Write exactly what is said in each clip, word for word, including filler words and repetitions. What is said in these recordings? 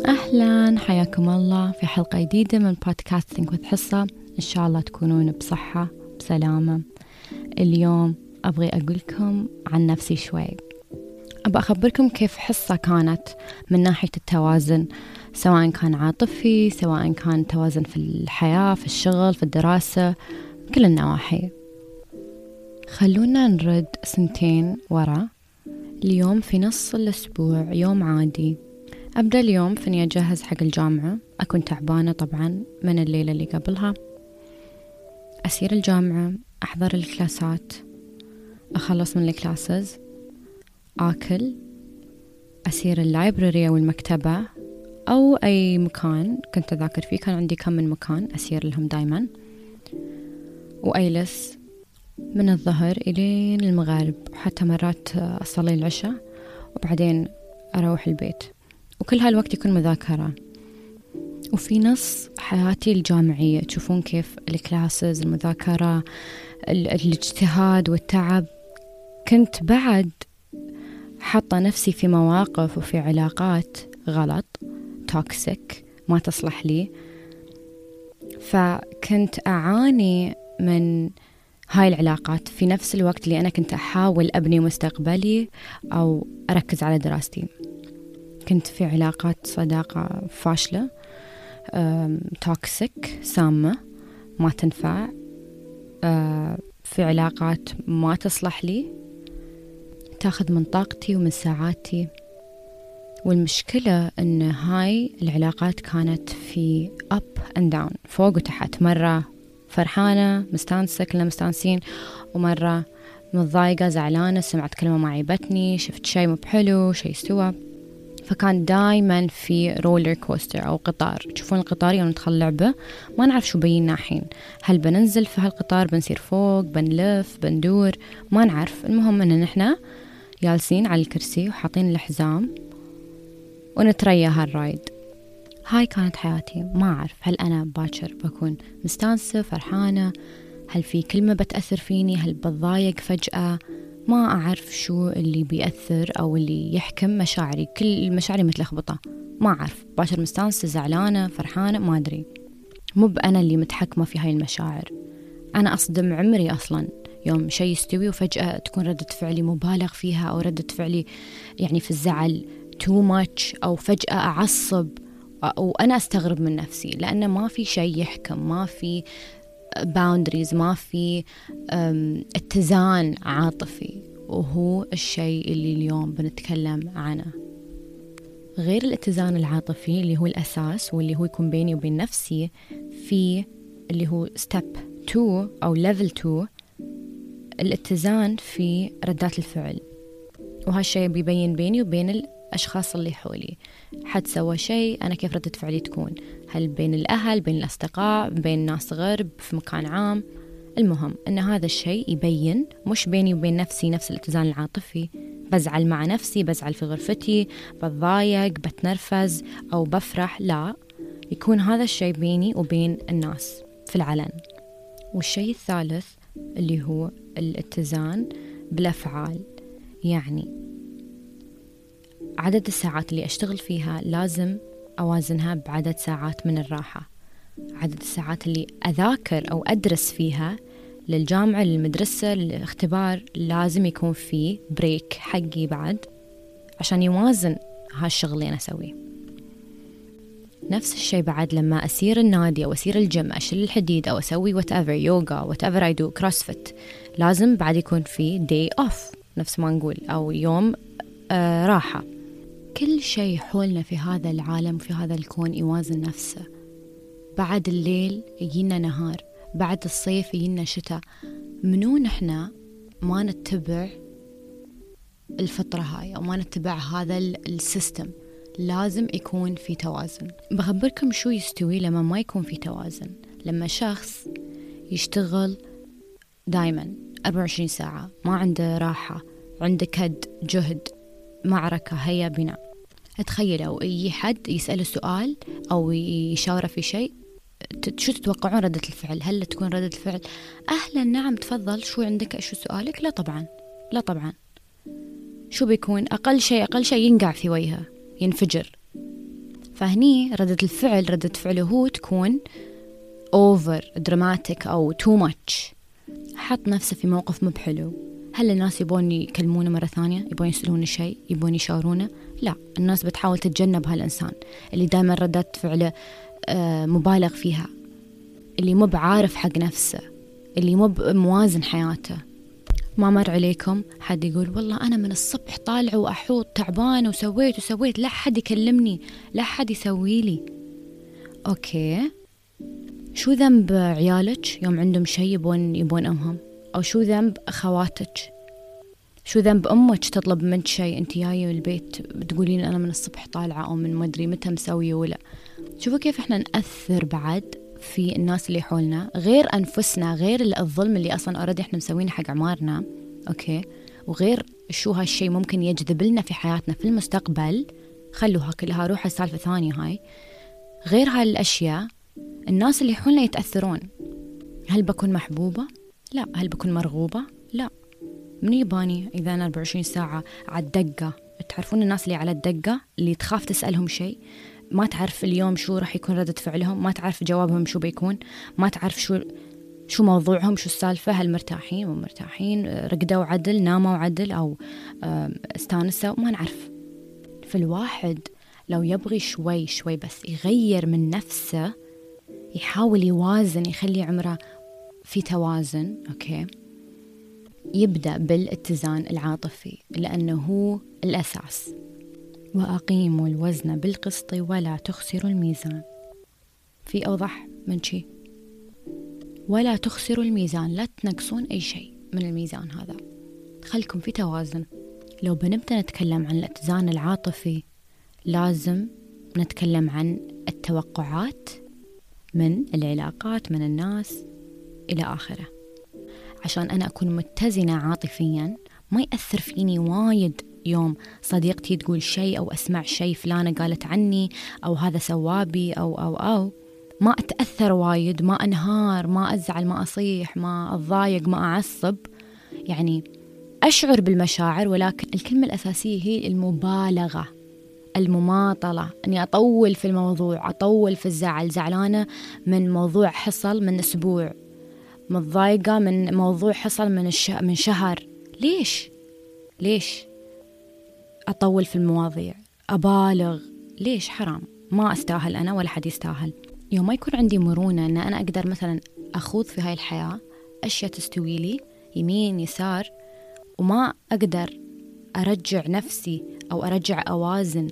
أهلا، حياكم الله في حلقة جديدة من بودكاست Think with حصة. إن شاء الله تكونون بصحة بسلامة. اليوم أبغي أقولكم عن نفسي شوي. أبغى أخبركم كيف حصة كانت من ناحية التوازن، سواء كان عاطفي، سواء كان توازن في الحياة، في الشغل، في الدراسة، كل النواحي. خلونا نرد سنتين ورا. اليوم في نص الأسبوع، يوم عادي. أبدأ اليوم فيني أجهز حق الجامعة. أكون تعبانة طبعا من الليلة اللي قبلها. أسير الجامعة، أحضر الكلاسات، أخلص من الكلاسز، آكل، أسير اللايبراري أو المكتبة أو أي مكان كنت أذاكر فيه. كان عندي كم من مكان أسير لهم دايما، وأجلس من الظهر إلين المغرب، حتى مرات أصلي العشاء وبعدين أروح البيت، وكل هالوقت يكون مذاكرة. وفي نص حياتي الجامعية تشوفون كيف الكلاسز، المذاكرة، الاجتهاد والتعب. كنت بعد حاطة نفسي في مواقف وفي علاقات غلط، توكسيك، ما تصلح لي. فكنت أعاني من هاي العلاقات في نفس الوقت اللي أنا كنت أحاول أبني مستقبلي أو أركز على دراستي. كنت في علاقات صداقة فاشلة، توكسيك، سامة، ما تنفع، في علاقات ما تصلح لي، تاخذ من طاقتي ومن ساعاتي. والمشكلة أن هاي العلاقات كانت في up and down، فوق وتحت. مرة فرحانة مستانسة، كلنا مستانسين، ومرة متضايقة زعلانة، سمعت كلمة ما عيبتني، شفت شيء مو بحلو، شيء استوى. فكان دايما في رولر كوستر أو قطار. تشوفون القطار يوم ندخل لعبة ما نعرف شو بين ناحين، هل بننزل في هالقطار، بنصير فوق، بنلف، بندور، ما نعرف. المهم أن نحنا جالسين على الكرسي وحاطين الحزام ونتريا هالرايد. هاي كانت حياتي. ما أعرف هل أنا باكر بكون مستانسة فرحانة، هل في كلمة بتأثر فيني، هل بتضايق فجأة. ما أعرف شو اللي بيأثر أو اللي يحكم مشاعري. كل مشاعري متلخبطة، ما أعرف باكر مستانسة، زعلانة، فرحانة، ما أدري. مو بأنا اللي متحكمة في هاي المشاعر. أنا أصدم عمري أصلا يوم شيء يستوي وفجأة تكون ردة فعلي مبالغ فيها، أو ردة فعلي يعني في الزعل too much، أو فجأة أعصب وأنا أستغرب من نفسي، لأن ما في شيء يحكم، ما في boundaries، ما في اتزان عاطفي. وهو الشيء اللي اليوم بنتكلم عنه. غير الاتزان العاطفي اللي هو الأساس، واللي هو يكون بيني وبين نفسي، في اللي هو step two أو level two، الاتزان في ردات الفعل. وهالشيء بيبين بيني وبين الأشخاص اللي حولي. حد سوى شيء، أنا كيف ردة فعلي تكون، هل بين الأهل، بين الأصدقاء، بين ناس غرب، في مكان عام. المهم أن هذا الشيء يبين مش بيني وبين نفسي نفس الاتزان العاطفي. بزعل مع نفسي، بزعل في غرفتي، بتضايق، بتنرفز أو بفرح، لا، يكون هذا الشيء بيني وبين الناس في العلن. والشيء الثالث اللي هو الاتزان بالأفعال. يعني عدد الساعات اللي أشتغل فيها لازم أوازنها بعدد ساعات من الراحة. عدد الساعات اللي أذاكر أو أدرس فيها للجامعة، للمدرسة، للاختبار، لازم يكون فيه بريك حقي بعد، عشان يوازن هالشغل اللي أنا أسويه. نفس الشيء بعد لما أسير النادي أو أسير الجيم، أشيل الحديد أو أسوي whatever، يوغا، whatever I do، كروسفيت، لازم بعد يكون فيه day off، نفس ما نقول، أو يوم آه راحة. كل شيء حولنا في هذا العالم، في هذا الكون، يوازن نفسه. بعد الليل يجينا نهار، بعد الصيف يجينا شتاء. منو نحنا ما نتبع الفطرة هاي أو ما نتبع هذا السيستم؟ لازم يكون في توازن. بخبركم شو يستوي لما ما يكون في توازن. لما شخص يشتغل دايما أربعة وعشرين ساعة، ما عنده راحة، عنده كد، جهد، معركة، هيا بنا. تخيلوا أي حد يسأله سؤال أو يشاوره في شيء، شو تتوقعون ردة الفعل؟ هل تكون ردة الفعل أهلا، نعم، تفضل، شو عندك، شو سؤالك؟ لا طبعا، لا طبعا. شو بيكون؟ أقل شيء أقل شيء ينقع في وجهه، ينفجر. فهني ردة الفعل ردة فعله هو تكون اوفر دراماتيك او تو ماتش، حط نفسه في موقف مو بحلو. هل الناس يبون يكلمونه مرة ثانية؟ يبون يسألونه شيء؟ يبون يشاورونه؟ لا، الناس بتحاول تتجنب هالإنسان اللي دائما ردة فعله آه مبالغ فيها، اللي مو بعارف حق نفسه، اللي مو بموازن حياته. ما مر عليكم حد يقول والله أنا من الصبح طالع وأحوط تعبان وسويت وسويت، لا حد يكلمني، لا حد يسوي لي. أوكي، شو ذنب عيالك يوم عندهم شيء يبون يبون أمهم؟ أو شو ذنب أخواتك؟ شو ذنب أمك تطلب منك شيء أنت جاية البيت بتقولين أنا من الصبح طالعة أو من مدري متى مسوية ولا؟ شوفوا كيف إحنا نأثر بعد في الناس اللي حولنا، غير أنفسنا، غير الظلم اللي أصلا أوريدي إحنا مسوينه حق عمارنا، أوكي، وغير شو هالشيء ممكن يجذب لنا في حياتنا في المستقبل. خلوها كلها روح السالفة ثانية هاي. غير هالأشياء الناس اللي حولنا يتأثرون. هل بكون محبوبة؟ لا. هل بكون مرغوبة؟ لا. من يباني إذا أنا أربعة وعشرين ساعة على الدقة؟ تعرفون الناس اللي على الدقة اللي تخاف تسألهم شيء، ما تعرف اليوم شو راح يكون ردة فعلهم، ما تعرف جوابهم شو بيكون، ما تعرف شو شو موضوعهم، شو السالفة، هل مرتاحين مو مرتاحين، رقدوا عدل، ناموا عدل، أو استانسوا، ما نعرف. فالواحد لو يبغي شوي شوي بس يغير من نفسه، يحاول يوازن، يخلي عمره في توازن، أوكي، يبدأ بالاتزان العاطفي لأنه هو الأساس. وأقيموا الوزن بالقسط ولا تخسروا الميزان. في أوضح من شي؟ ولا تخسروا الميزان، لا تنقصون أي شيء من الميزان هذا، خلكم في توازن. لو بنبدأ نتكلم عن الاتزان العاطفي لازم نتكلم عن التوقعات من العلاقات، من الناس إلى آخره، عشان أنا أكون متزنة عاطفيا، ما يأثر فيني وايد يوم صديقتي تقول شيء أو أسمع شيء فلانة قالت عني أو هذا سوابي أو أو أو ما أتأثر وايد، ما أنهار، ما أزعل، ما أصيح، ما أضايق، ما أعصب. يعني أشعر بالمشاعر، ولكن الكلمة الأساسية هي المبالغة، المماطلة، أني أطول في الموضوع، أطول في الزعل، زعلانة من موضوع حصل من أسبوع، متضايقة من موضوع حصل من الش... من شهر. ليش؟ ليش أطول في المواضيع، أبالغ؟ ليش؟ حرام، ما أستاهل أنا ولا حد يستاهل. يوم ما يكون عندي مرونة أن أنا أقدر مثلا أخوض في هاي الحياة، أشياء تستوي لي يمين يسار، وما أقدر أرجع نفسي أو أرجع أوازن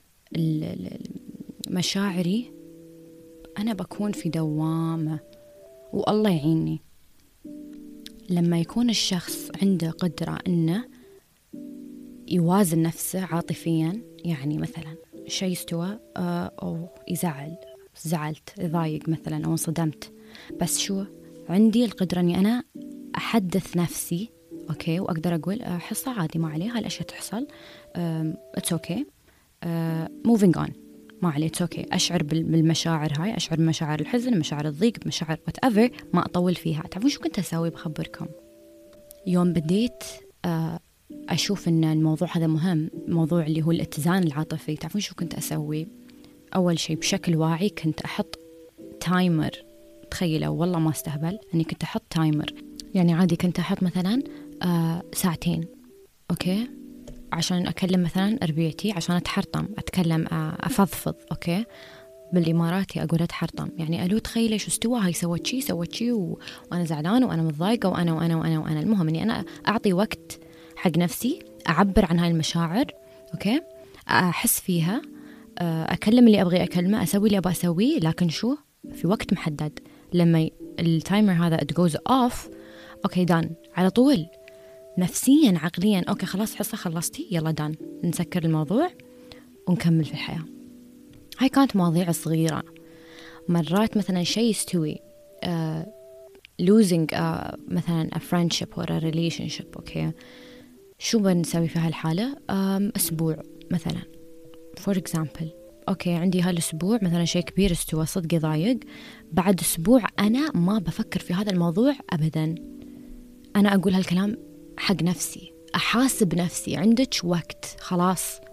مشاعري، أنا بكون في دوامة والله يعيني. لما يكون الشخص عنده قدرة أنه يوازن نفسه عاطفيا، يعني مثلا شيء استوى أو يزعل، زعلت، يضايق مثلا أو انصدمت، بس شو عندي القدرة أني أنا أحدث نفسي، أوكي، وأقدر أقول حصة عادي، ما عليه، هالأشياء تحصل، it's okay, moving on، ما عليه، it's okay. أشعر بالمشاعر هاي، أشعر بمشاعر الحزن، مشاعر الضيق، مشاعر whatever، ما أطول فيها. تعرفون شو كنت أسوي؟ بخبركم. يوم بديت أشوف أن الموضوع هذا مهم، موضوع اللي هو الاتزان العاطفي، تعرفون شو كنت أسوي؟ أول شيء بشكل واعي كنت أحط تايمر. تخيلوا والله ما استهبل أني كنت أحط تايمر، يعني عادي كنت أحط مثلا آه ساعتين، أوكي، عشان أكلم مثلا ربيعتي، عشان أتحرطم، أتكلم، آه أفضفض، أوكي، بالإماراتي أقول أتحرطم، يعني ألو تخيلي شو استوى، هاي سوت شي سوت شي و... وأنا زعلان وأنا متضايقة وأنا وأنا وأنا وأنا المهم أني أنا أعطي وقت حق نفسي، أعبر عن هاي المشاعر، أوكي، أحس فيها، أكلم اللي أبغي أكلمه، أسوي اللي أبغى أسويه، لكن شو في وقت محدد. لما التايمر هذا it goes off، أوكي دان، على طول نفسيا عقليا، أوكي خلاص حصة خلصتي، يلا دان، نسكر الموضوع ونكمل في الحياة. هاي كانت مواضيع صغيرة. مرات مثلا شيء يستوي uh, losing uh, مثلا a friendship or a relationship، أوكي، شو بنسوي في هالحالة؟ um, أسبوع مثلا for example، أوكي، عندي هالأسبوع مثلا شيء كبير استوى، صدق ضايق، بعد أسبوع أنا ما بفكر في هذا الموضوع أبدا. أنا أقول هالكلام حق نفسي، أحاسب نفسي، عندك وقت، خلاص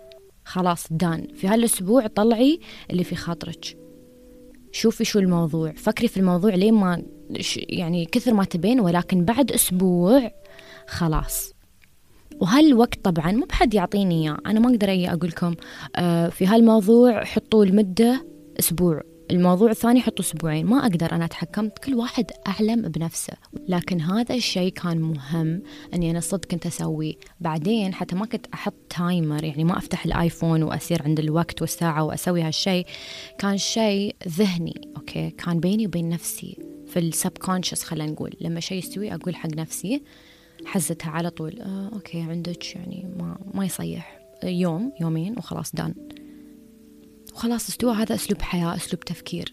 خلاص دان. في هالأسبوع طلعي اللي في خاطرك، شوفي شو الموضوع، فكري في الموضوع لين ما يعني كثر ما تبين، ولكن بعد أسبوع خلاص. وهالوقت طبعا مو بحد يعطيني إياه، أنا ما أقدر أي أقول لكم آه في هالموضوع حطوا المدة أسبوع، الموضوع الثاني حطوا أسبوعين، ما أقدر أنا أتحكمت، كل واحد أعلم بنفسه. لكن هذا الشيء كان مهم أني أنا صدق كنت أسويه. بعدين حتى ما كنت أحط تايمر، يعني ما أفتح الآيفون وأسير عند الوقت والساعة وأسوي هالشيء، كان شيء ذهني، أوكي، كان بيني وبين نفسي في السبكونشس. خلينا نقول لما شيء يستوي أقول حق نفسي، حزتها على طول، آه أوكي عندك يعني ما ما يصيح يوم يومين وخلاص دان، وخلاص استوى. هذا أسلوب حياة، أسلوب تفكير.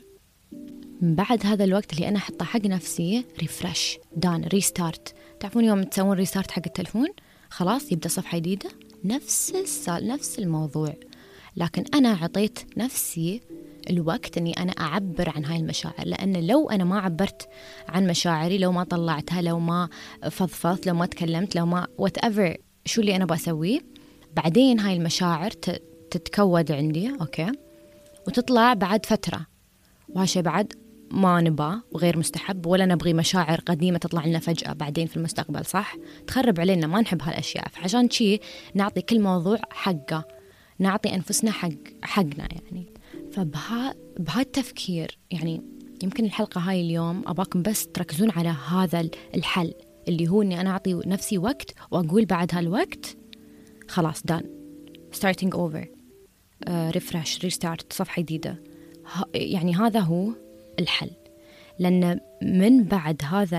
من بعد هذا الوقت اللي أنا أحطه حق نفسي، ريفرش دان ريستارت. تعرفون يوم تسوون ريستارت حق التلفون خلاص يبدأ صفحة جديدة، نفس السال نفس الموضوع. لكن أنا عطيت نفسي الوقت أني أنا أعبر عن هاي المشاعر، لأن لو أنا ما عبرت عن مشاعري، لو ما طلعتها، لو ما فضفضت، لو ما تكلمت، لو ما whatever شو اللي أنا بسويه، بعدين هاي المشاعر تتكود عندي، أوكي، وتطلع بعد فترة، وهالشي بعد ما نبى وغير مستحب، ولا نبغي مشاعر قديمة تطلع لنا فجأة بعدين في المستقبل، صح؟ تخرب علينا، ما نحب هالأشياء. فعشان شي نعطي كل موضوع حقه، نعطي أنفسنا حق حقنا يعني. فبها بهالتفكير يعني يمكن الحلقة هاي اليوم أباكم بس تركزون على هذا الحل، اللي هو أني أنا أعطي نفسي وقت، وأقول بعد هالوقت خلاص done starting over uh, refresh restart صفحة جديدة. يعني هذا هو الحل. لأن من بعد هذا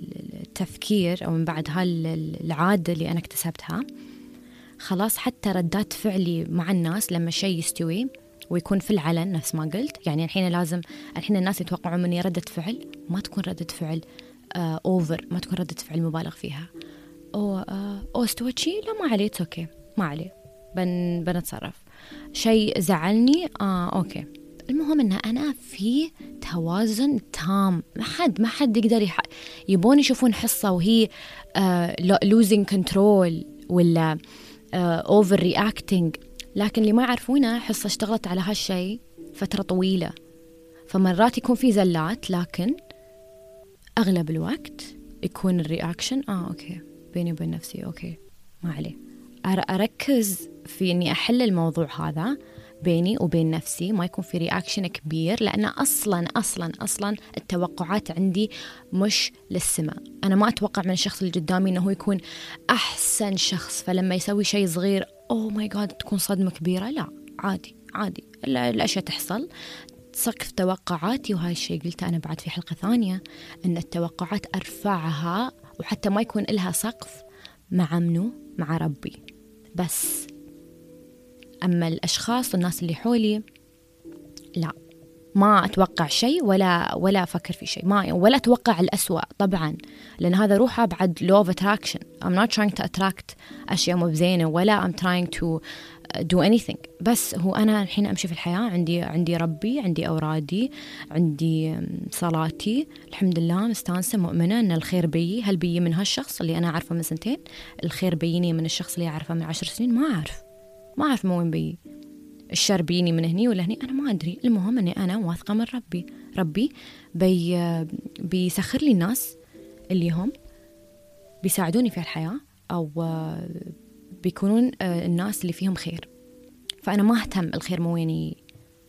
التفكير أو من بعد هالعادة اللي أنا اكتسبتها، خلاص حتى ردات فعلي مع الناس لما شيء يستوي ويكون في العلن نفس ما قلت، يعني الحين لازم الحين الناس يتوقعوا مني ردة فعل، ما تكون ردة فعل أوفر، ما تكون ردة فعل مبالغ فيها. أو أو استوت شيء، لا ما عليه، أوكي ما عليه، بن بنتصرف. شيء زعلني، آه أوكي، المهم إن أنا في توازن تام. ما حد ما حد يقدر يح... يبون يشوفون حصة وهي uh, losing control ولا uh, over reacting، لكن اللي ما يعرفونه حصة اشتغلت على هالشيء فترة طويلة، فمرات يكون في زلات، لكن أغلب الوقت يكون الرياكشن آه أوكي بيني وبين نفسي أوكي ما عليه. أركز في إني أحل الموضوع هذا بيني وبين نفسي، ما يكون في رياكشن كبير، لأن أصلاً أصلاً أصلاً التوقعات عندي مش للسماء. أنا ما أتوقع من الشخص اللي قدامي إنه هو يكون أحسن شخص، فلما يسوي شيء صغير أوه ماي جاد تكون صدمة كبيرة. لا، عادي عادي الأشياء تحصل، سقف توقعاتي. وهاي الشيء قلته أنا بعد في حلقة ثانية، إن التوقعات أرفعها وحتى ما يكون إلها سقف مع منو؟ مع ربي بس. أما الأشخاص الناس اللي حولي لا، ما أتوقع شيء ولا ولا أفكر في شيء، ما ولا أتوقع الأسوأ طبعا، لأن هذا روحه بعد law of attraction. I'm not trying to attract أشياء مو بزينة، ولا I'm trying to do anything. بس هو أنا الحين أمشي في الحياة، عندي عندي ربي، عندي أورادي، عندي صلاتي، الحمد لله مستانسة مؤمنة أن الخير بيي. هل بيي من هالشخص اللي أنا أعرفه من سنتين؟ الخير بيني من الشخص اللي أعرفه من عشر سنين؟ ما أعرف، ما أعرف من وين بيي. الشر بيني من هني ولا هني؟ أنا ما أدري. المهم أني أنا واثقة من ربي، ربي بي بيسخر لي الناس اللي هم بيساعدوني في الحياة، أو بيكونون الناس اللي فيهم خير. فأنا ما أهتم الخير مو ويني.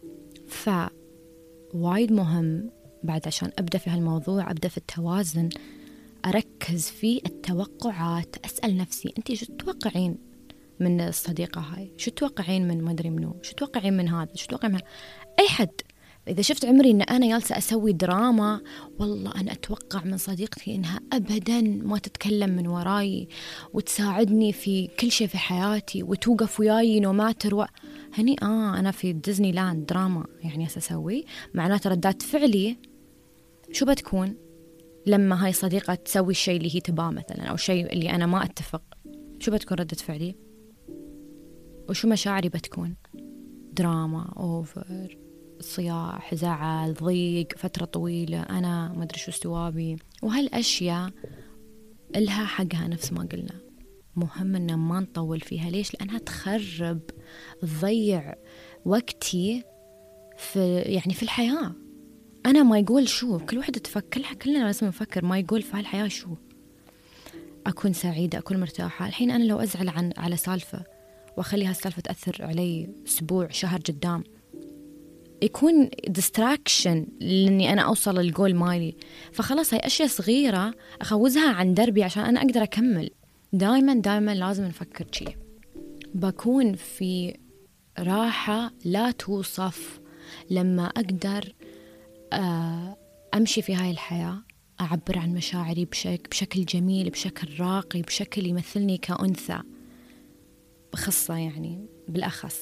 فوايد مهم بعد عشان أبدأ في هالموضوع، أبدأ في التوازن، أركز في التوقعات. أسأل نفسي أنتي شو تتوقعين من الصديقة هاي؟ شو تتوقعين من ما أدري منو؟ شو تتوقعين من هذا؟ شو تتوقعين من أي حد؟ إذا شفت عمري إن أنا جالسة أسوي دراما، والله أنا أتوقع من صديقتي إنها أبداً ما تتكلم من وراي وتساعدني في كل شيء في حياتي وتوقف وياي نو ماتر و... هني آه أنا في ديزني لاند دراما يعني أسوي. معناته ردات فعلي شو بتكون لما هاي صديقة تسوي الشيء اللي هي تباه مثلاً، أو شيء اللي أنا ما أتفق؟ شو بتكون ردة فعلي؟ وشو مشاعري بتكون؟ دراما أوفر، صياح، زعل، ضيق، فترة طويلة، أنا ما أدري شو استوابي. وهالأشياء إلها حقها نفس ما قلنا، مهم إن ما نطول فيها. ليش؟ لأنها تخرب تضيع وقتي في يعني في الحياة. أنا ما يقول شو، كل واحدة تفكر، كلنا لازم نفكر ما يقول في هالحياة شو. أكون سعيدة، أكون مرتاحة. الحين أنا لو أزعل عن على سالفة وأخلي هالسالفة تأثر علي أسبوع شهر قدام، يكون distraction لأني أنا أوصل للجول مالي. فخلاص هاي أشياء صغيرة أخوزها عن دربي عشان أنا أقدر أكمل. دايما دايما لازم نفكر شيء. بكون في راحة لا توصف لما أقدر أمشي في هاي الحياة، أعبر عن مشاعري بشكل, بشكل جميل، بشكل راقي، بشكل يمثلني كأنثى بخصة يعني بالأخص،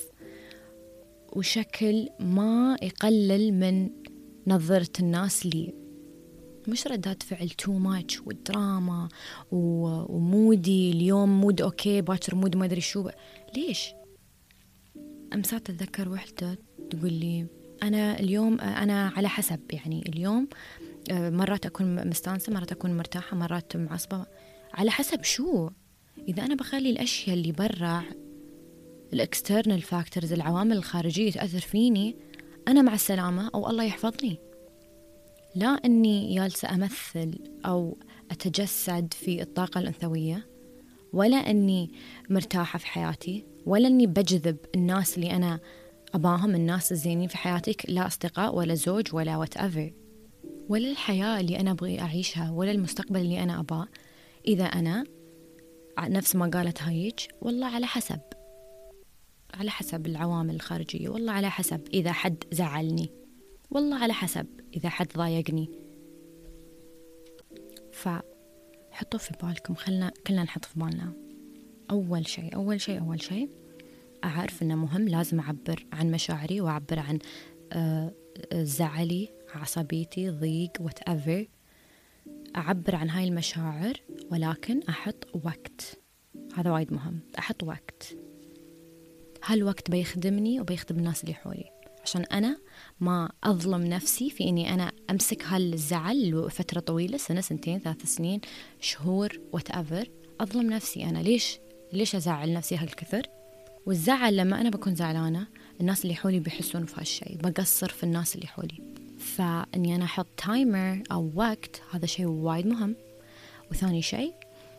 وشكل ما يقلل من نظرة الناس لي. مش ردات فعل تو ماتش والدراما ومودي اليوم مود أوكي باكر مود ما أدري شو. ليش؟ أمسات أتذكر وحدة تقول لي أنا اليوم أنا على حسب، يعني اليوم مرات أكون مستانسة، مرات أكون مرتاحة، مرات معصبة. على حسب شو؟ إذا أنا بخلي الأشياء اللي برا الإكسترنال فاكتورز العوامل الخارجية تأثر فيني، أنا مع السلامة أو الله يحفظني. لا أني جالسة أمثل أو أتجسد في الطاقة الأنثوية، ولا أني مرتاحة في حياتي، ولا أني بجذب الناس اللي أنا أباهم، الناس الزينين في حياتك، لا أصدقاء ولا زوج ولا whatever، ولا الحياة اللي أنا أبغي أعيشها، ولا المستقبل اللي أنا أباه. إذا أنا نفس ما قالت هايج، والله على حسب، على حسب العوامل الخارجية، والله على حسب إذا حد زعلني، والله على حسب إذا حد ضايقني. فحطوا في بالكم، خلنا كلنا نحط في بالنا أول شيء أول شيء أول شيء أعرف إنه مهم، لازم أعبر عن مشاعري وأعبر عن آه زعلي، عصبيتي، ضيق whatever. أعبر عن هاي المشاعر، ولكن أحط وقت. هذا وايد مهم، أحط وقت. هالوقت بيخدمني وبيخدم الناس اللي حولي، عشان أنا ما أظلم نفسي في إني أنا أمسك هالزعل لفترة طويلة، سنة سنتين ثلاث سنين شهور whatever. أظلم نفسي أنا. ليش ليش أزعل نفسي هالكثر؟ والزعل لما أنا بكون زعلانة الناس اللي حولي بيحسون في هالشيء، بقصر في الناس اللي حولي. فإني أنا أحط تايمر أو وقت، هذا شيء وايد مهم. وثاني شيء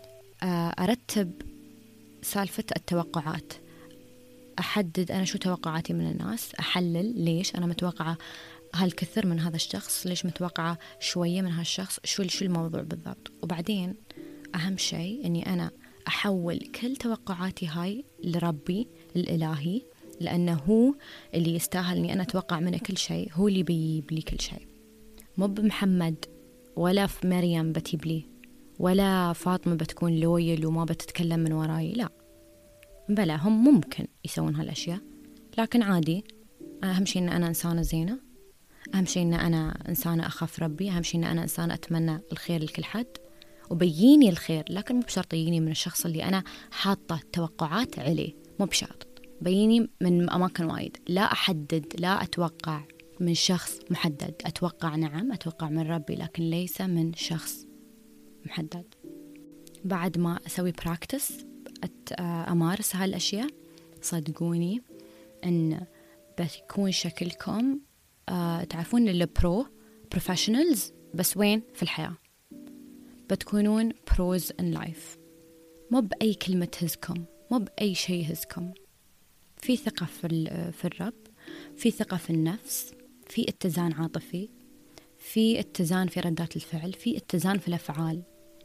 أرتب سالفة التوقعات، أحدد أنا شو توقعاتي من الناس، أحلل ليش أنا متوقعة هالكثر من هذا الشخص، ليش متوقعة شوية من هالشخص، شو شو الموضوع بالضبط. وبعدين أهم شيء إني أنا أحول كل توقعاتي هاي لربي الإلهي، لأنه هو اللي يستاهل إني أنا أتوقع منه كل شيء، هو اللي بيجيب لي كل شيء. مو بمحمد ولا في مريم بتجيب لي، ولا فاطمة بتكون لويل وما بتتكلم من وراي، لا. بلا هم ممكن يسوون هالأشياء، لكن عادي. أهم شيء إن أنا إنسانة زينة، أهم شيء إن أنا إنسانة أخاف ربي، أهم شيء إن أنا إنسانة أتمنى الخير لكل حد وبييني الخير، لكن مو بشرط يجيني من الشخص اللي أنا حاطة توقعات عليه، مو بشرط. بييني من أماكن وايد. لا أحدد، لا أتوقع من شخص محدد. أتوقع نعم، أتوقع من ربي، لكن ليس من شخص محدد. بعد ما أسوي براكتس، أمارس هالأشياء، صدقوني أن بتكون شكلكم أه تعرفون البرو بروفيشنالز، بس وين؟ في الحياة. بتكونون بروز إن لايف. مو بأي كلمة تهزكم، مو بأي شيء يهزكم. في ثقة في, في الرب، في ثقة في النفس، في اتزان عاطفي، في اتزان في ردات الفعل، في اتزان في الأفعال.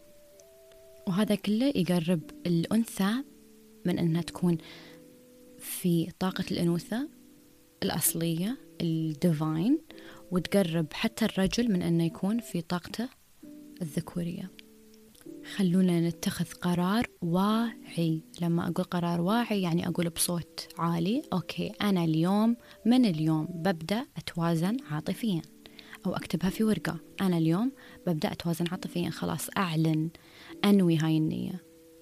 وهذا كله يقرب الأنثى من أنها تكون في طاقة الأنوثة الأصلية الديفاين، وتقرب حتى الرجل من أنه يكون في طاقته الذكورية. خلونا نتخذ قرار واعي. لما أقول قرار واعي يعني أقول بصوت عالي، أوكي أنا اليوم من اليوم ببدأ أتوازن عاطفيا، أو أكتبها في ورقة، أنا اليوم ببدأ أتوازن عاطفيا. خلاص أعلن، أنوي هاي النية.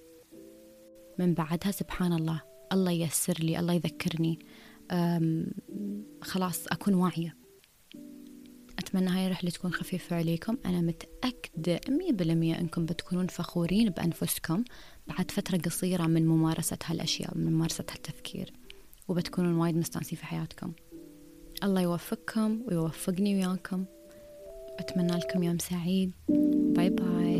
من بعدها سبحان الله، الله ييسر لي، الله يذكرني، خلاص أكون واعية. أتمنى هاي الرحلة تكون خفيفة عليكم. أنا متأكدة مية بالمية أنكم بتكونون فخورين بأنفسكم بعد فترة قصيرة من ممارسة هالأشياء، من ممارسة هالتفكير. وبتكونون وايد مستانسين في حياتكم. الله يوفقكم ويوفقني وياكم. أتمنى لكم يوم سعيد. باي باي.